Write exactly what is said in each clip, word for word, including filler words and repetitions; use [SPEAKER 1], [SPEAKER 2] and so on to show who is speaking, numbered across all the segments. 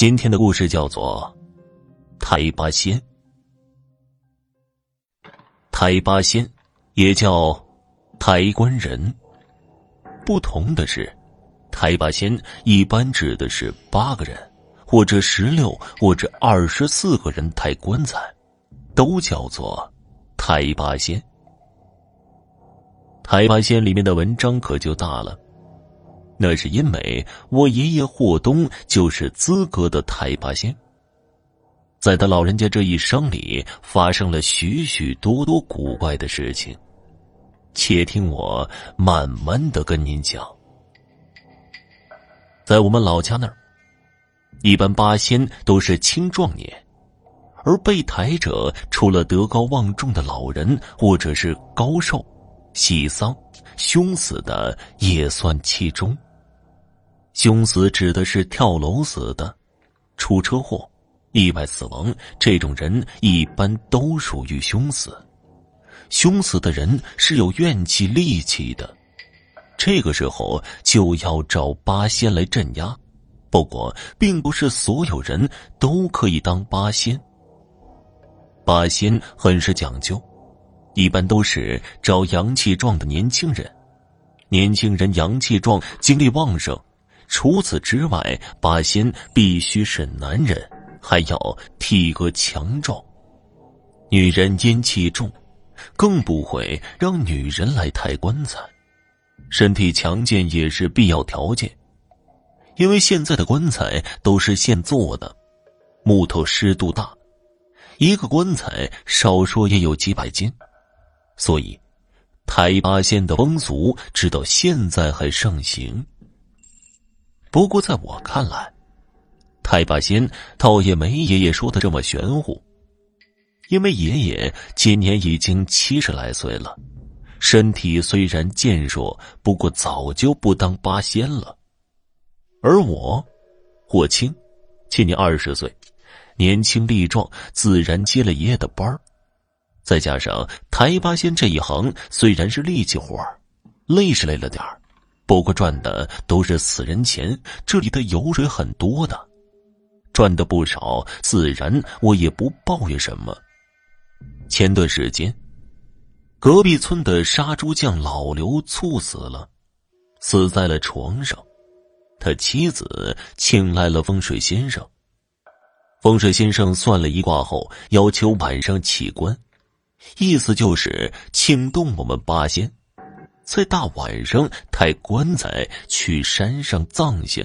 [SPEAKER 1] 今天的故事叫做台八仙。台八仙也叫台官人，不同的是，台八仙一般指的是八个人，或者十六或者二十四个人抬棺材，都叫做台八仙。台八仙里面的文章可就大了，那是因为我爷爷霍东就是资格的台八仙，在他老人家这一生里发生了许许多多古怪的事情，且听我慢慢的跟您讲。在我们老家那儿，一般八仙都是青壮年，而被抬者除了德高望重的老人或者是高寿、喜丧、凶死的也算其中。凶死指的是跳楼死的、出车祸、意外死亡，这种人一般都属于凶死。凶死的人是有怨气戾气的，这个时候就要找八仙来镇压。不过并不是所有人都可以当八仙，八仙很是讲究，一般都是找阳气壮的年轻人。年轻人阳气壮，精力旺盛。除此之外，八仙必须是男人，还要体格强壮。女人阴气重，更不会让女人来抬棺材。身体强健也是必要条件，因为现在的棺材都是现做的，木头湿度大，一个棺材少说也有几百斤，所以抬八仙的风俗直到现在还盛行。不过在我看来，抬八仙倒也没爷爷说的这么玄乎，因为爷爷今年已经七十来岁了，身体虽然健硕，不过早就不当八仙了。而我霍清今年二十岁，年轻力壮，自然接了爷爷的班儿。再加上抬八仙这一行虽然是力气活儿，累是累了点儿，不过赚的都是死人钱，这里的油水很多的，赚的不少，自然我也不抱怨什么。前段时间，隔壁村的杀猪匠老刘猝死了，死在了床上。他妻子请来了风水先生，风水先生算了一卦后，要求晚上起棺，意思就是请动我们八仙，在大晚上抬棺材去山上葬下。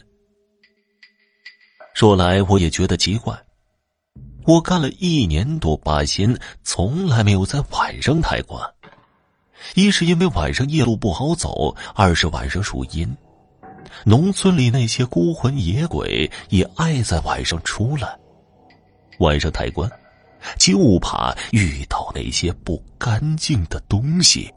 [SPEAKER 1] 说来我也觉得奇怪，我干了一年多八仙，从来没有在晚上抬棺。一是因为晚上夜路不好走，二是晚上属阴，农村里那些孤魂野鬼也爱在晚上出来。晚上抬棺，就怕遇到那些不干净的东西。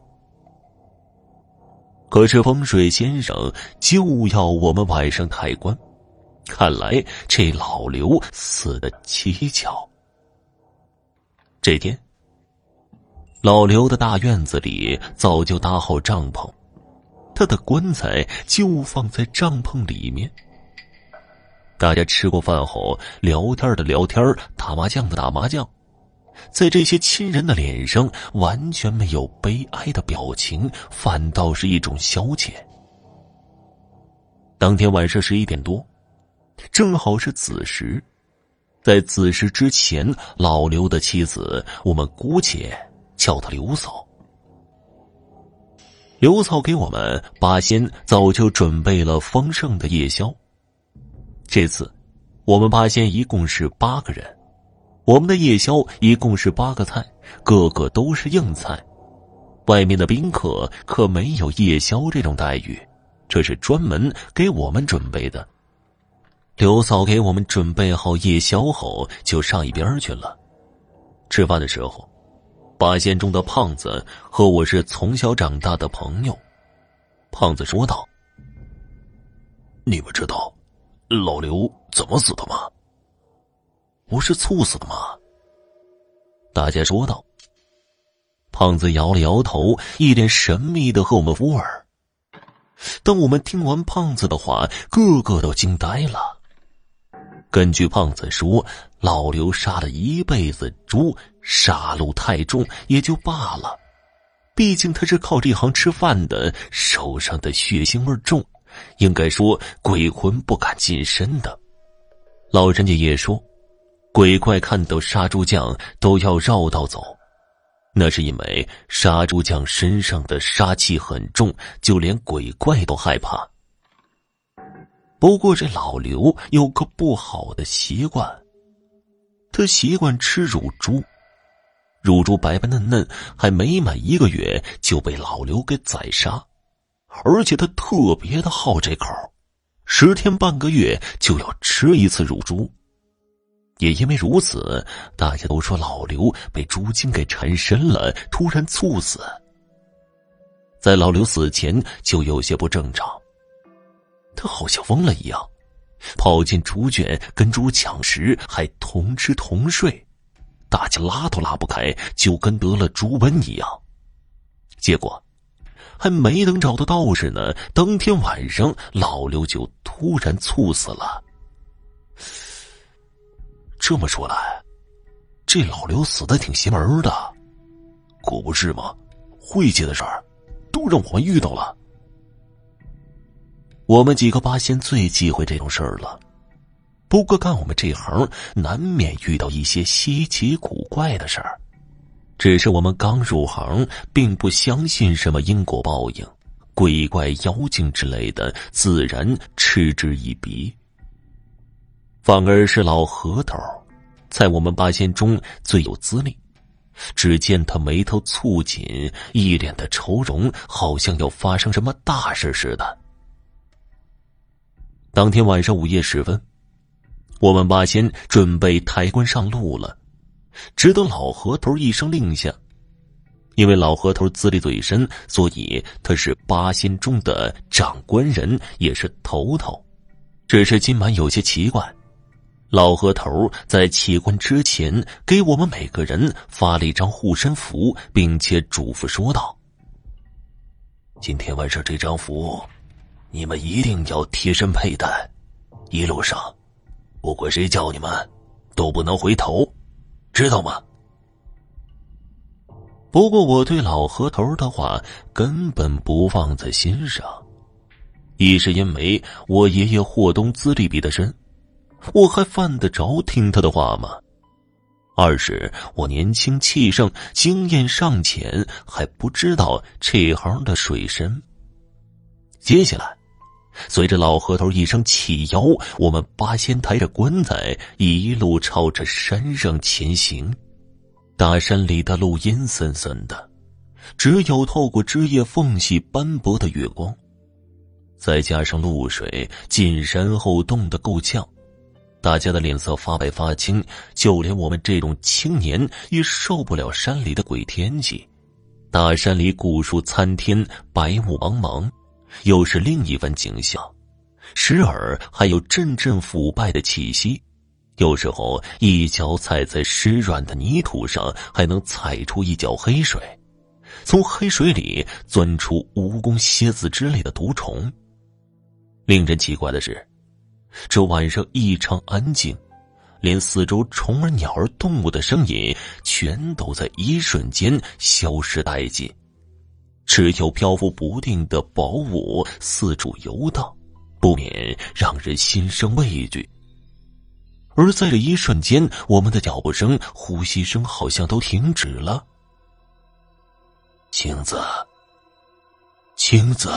[SPEAKER 1] 可是风水先生就要我们晚上抬棺，看来这老刘死得蹊跷。这天，老刘的大院子里早就搭好帐篷，他的棺材就放在帐篷里面。大家吃过饭后，聊天的聊天，打麻将的打麻将，在这些亲人的脸上完全没有悲哀的表情，反倒是一种消遣。当天晚上十一点多，正好是子时，在子时之前，老刘的妻子，我们姑且叫她刘嫂。刘嫂给我们八仙早就准备了丰盛的夜宵。这次我们八仙一共是八个人，我们的夜宵一共是八个菜，个个都是硬菜。外面的宾客可没有夜宵这种待遇，这是专门给我们准备的。刘嫂给我们准备好夜宵后，就上一边去了。吃饭的时候，八仙中的胖子和我是从小长大的朋友。胖子说道：“
[SPEAKER 2] 你们知道老刘怎么死的吗？”“
[SPEAKER 1] 不是猝死的吗？”大家说道。胖子摇了摇头，一脸神秘的和我们附耳。当我们听完胖子的话，个个都惊呆了。 根据胖子说，老刘杀了一辈子猪，杀戮太重也就罢了，毕竟他是靠这行吃饭的，手上的血腥味重，应该说鬼魂不敢近身的。老人家也说，鬼怪看到杀猪匠都要绕道走，那是因为杀猪匠身上的杀气很重，就连鬼怪都害怕。不过这老刘有个不好的习惯，他习惯吃乳猪，乳猪白白嫩嫩，还没满一个月就被老刘给宰杀，而且他特别的好这口，十天半个月就要吃一次乳猪。也因为如此，大家都说老刘被猪精给缠身了，突然猝死。在老刘死前就有些不正常，他好像疯了一样，跑进猪圈跟猪抢食，还同吃同睡，大家拉都拉不开，就跟得了猪瘟一样。结果还没等找到道士呢，当天晚上老刘就突然猝死了。这么说来，这老刘死得挺邪门的，可不是吗？晦气的事儿都让我们遇到了。我们几个八仙最忌讳这种事儿了，不过干我们这行难免遇到一些稀奇古怪的事儿，只是我们刚入行，并不相信什么因果报应、鬼怪妖精之类的，自然嗤之以鼻。反而是老核桃在我们八仙中最有资历，只见他眉头蹙紧，一脸的愁容，好像要发生什么大事似的。当天晚上午夜时分，我们八仙准备抬棺上路了，只等老核头一声令下。因为老核头资历最深，所以他是八仙中的长官人，也是头头。只是今晚有些奇怪，老核头在起棺之前给我们每个人发了一张护身符，并且嘱咐说道：今天晚上这张符你们一定要贴身佩戴，一路上不管谁叫你们都不能回头，知道吗？不过我对老核头的话根本不放在心上，一是因为我爷爷霍东资历比他深，我还犯得着听他的话吗？二是我年轻气盛，经验尚浅，还不知道这行的水深。接下来随着老核头一声起腰，我们八仙抬着棺材一路朝着山上前行。大山里的路阴森森的，只有透过枝叶缝隙斑驳的月光，再加上露水进山后冻得够呛，大家的脸色发白发青，就连我们这种青年也受不了山里的鬼天气。大山里古树参天，白雾茫茫，又是另一番景象，时而还有阵阵腐败的气息，有时候一脚踩在湿软的泥土上，还能踩出一脚黑水，从黑水里钻出蜈蚣、蝎子之类的毒虫。令人奇怪的是，这晚上异常安静，连四周虫儿、鸟儿、动物的声音全都在一瞬间消失殆尽，只有漂浮不定的薄雾四处游荡，不免让人心生畏惧。而在这一瞬间，我们的脚步声、呼吸声好像都停止了。青子，青子，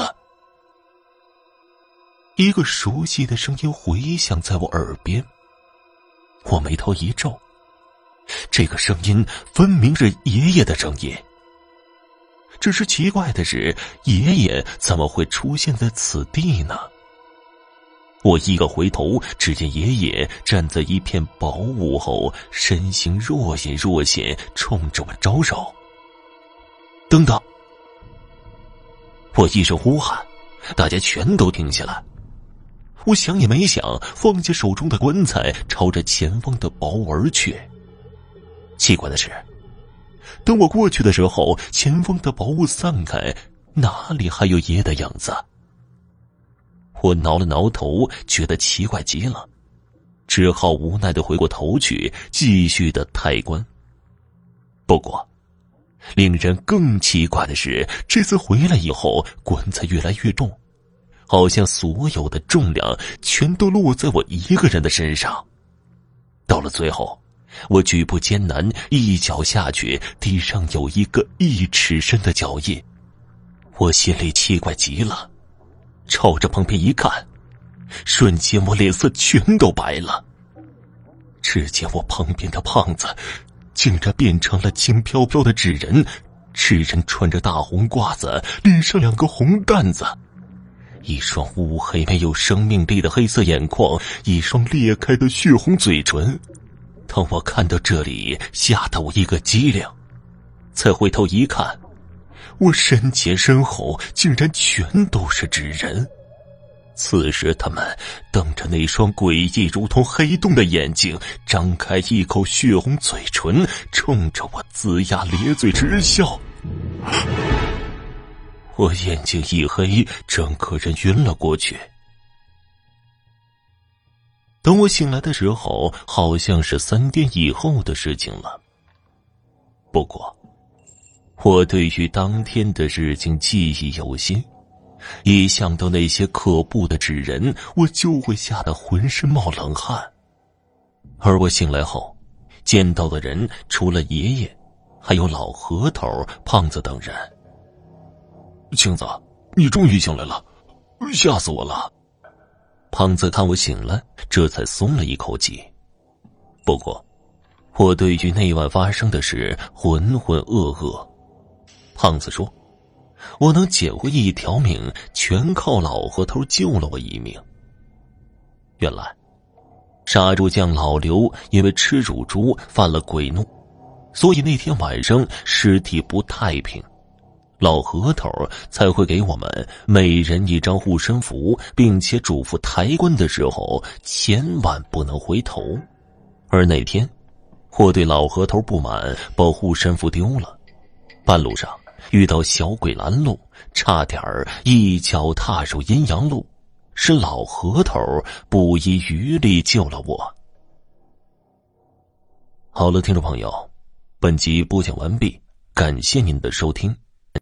[SPEAKER 1] 一个熟悉的声音回响在我耳边。我眉头一皱，这个声音分明是爷爷的声音。只是奇怪的是，爷爷怎么会出现在此地呢？我一个回头，只见爷爷站在一片薄雾后，身形若隐若现，冲着我招手。等等！我一声呼喊，大家全都停下来。我想也没想，放下手中的棺材，朝着前方的薄雾而去。奇怪的是，等我过去的时候，前方的薄雾散开，哪里还有爷的样子？我挠了挠头，觉得奇怪极了。 只好无奈的回过头去，继续的抬棺。不过，令人更奇怪的是，这次回来以后，棺材越来越重，好像所有的重量全都落在我一个人的身上。到了最后，我举步艰难，一脚下去，地上有一个一尺深的脚印。我心里奇怪极了，朝着旁边一看，瞬间我脸色全都白了。只见我旁边的胖子竟然变成了轻飘飘的纸人，纸人穿着大红褂子，脸上两个红蛋子，一双乌黑没有生命力的黑色眼眶，一双裂开的血红嘴唇。当我看到这里，吓得我一个激灵，再回头一看，我身前身后竟然全都是纸人。此时他们瞪着那双诡异如同黑洞的眼睛，张开一口血红嘴唇，冲着我龇牙咧嘴直笑。我眼睛一黑，整个人晕了过去。等我醒来的时候，好像是三天以后的事情了。不过，我对于当天的事情记忆犹新，一想到那些可怖的纸人，我就会吓得浑身冒冷汗。而我醒来后，见到的人除了爷爷，还有老河头、胖子等人。
[SPEAKER 2] 青子，你终于醒来了，吓死我了。
[SPEAKER 1] 胖子看我醒了，这才松了一口气。不过，我对于那晚发生的事浑浑噩噩。胖子说，我能捡回一条命，全靠老河头救了我一命。原来，杀猪匠老刘因为吃乳猪犯了鬼怒，所以那天晚上尸体不太平。老河头才会给我们每人一张护身符，并且嘱咐抬棺的时候千万不能回头。而那天，我对老河头不满，把护身符丢了。半路上遇到小鬼拦路，差点一脚踏入阴阳路，是老河头不遗余力救了我。好了，听众朋友，本集播讲完毕，感谢您的收听。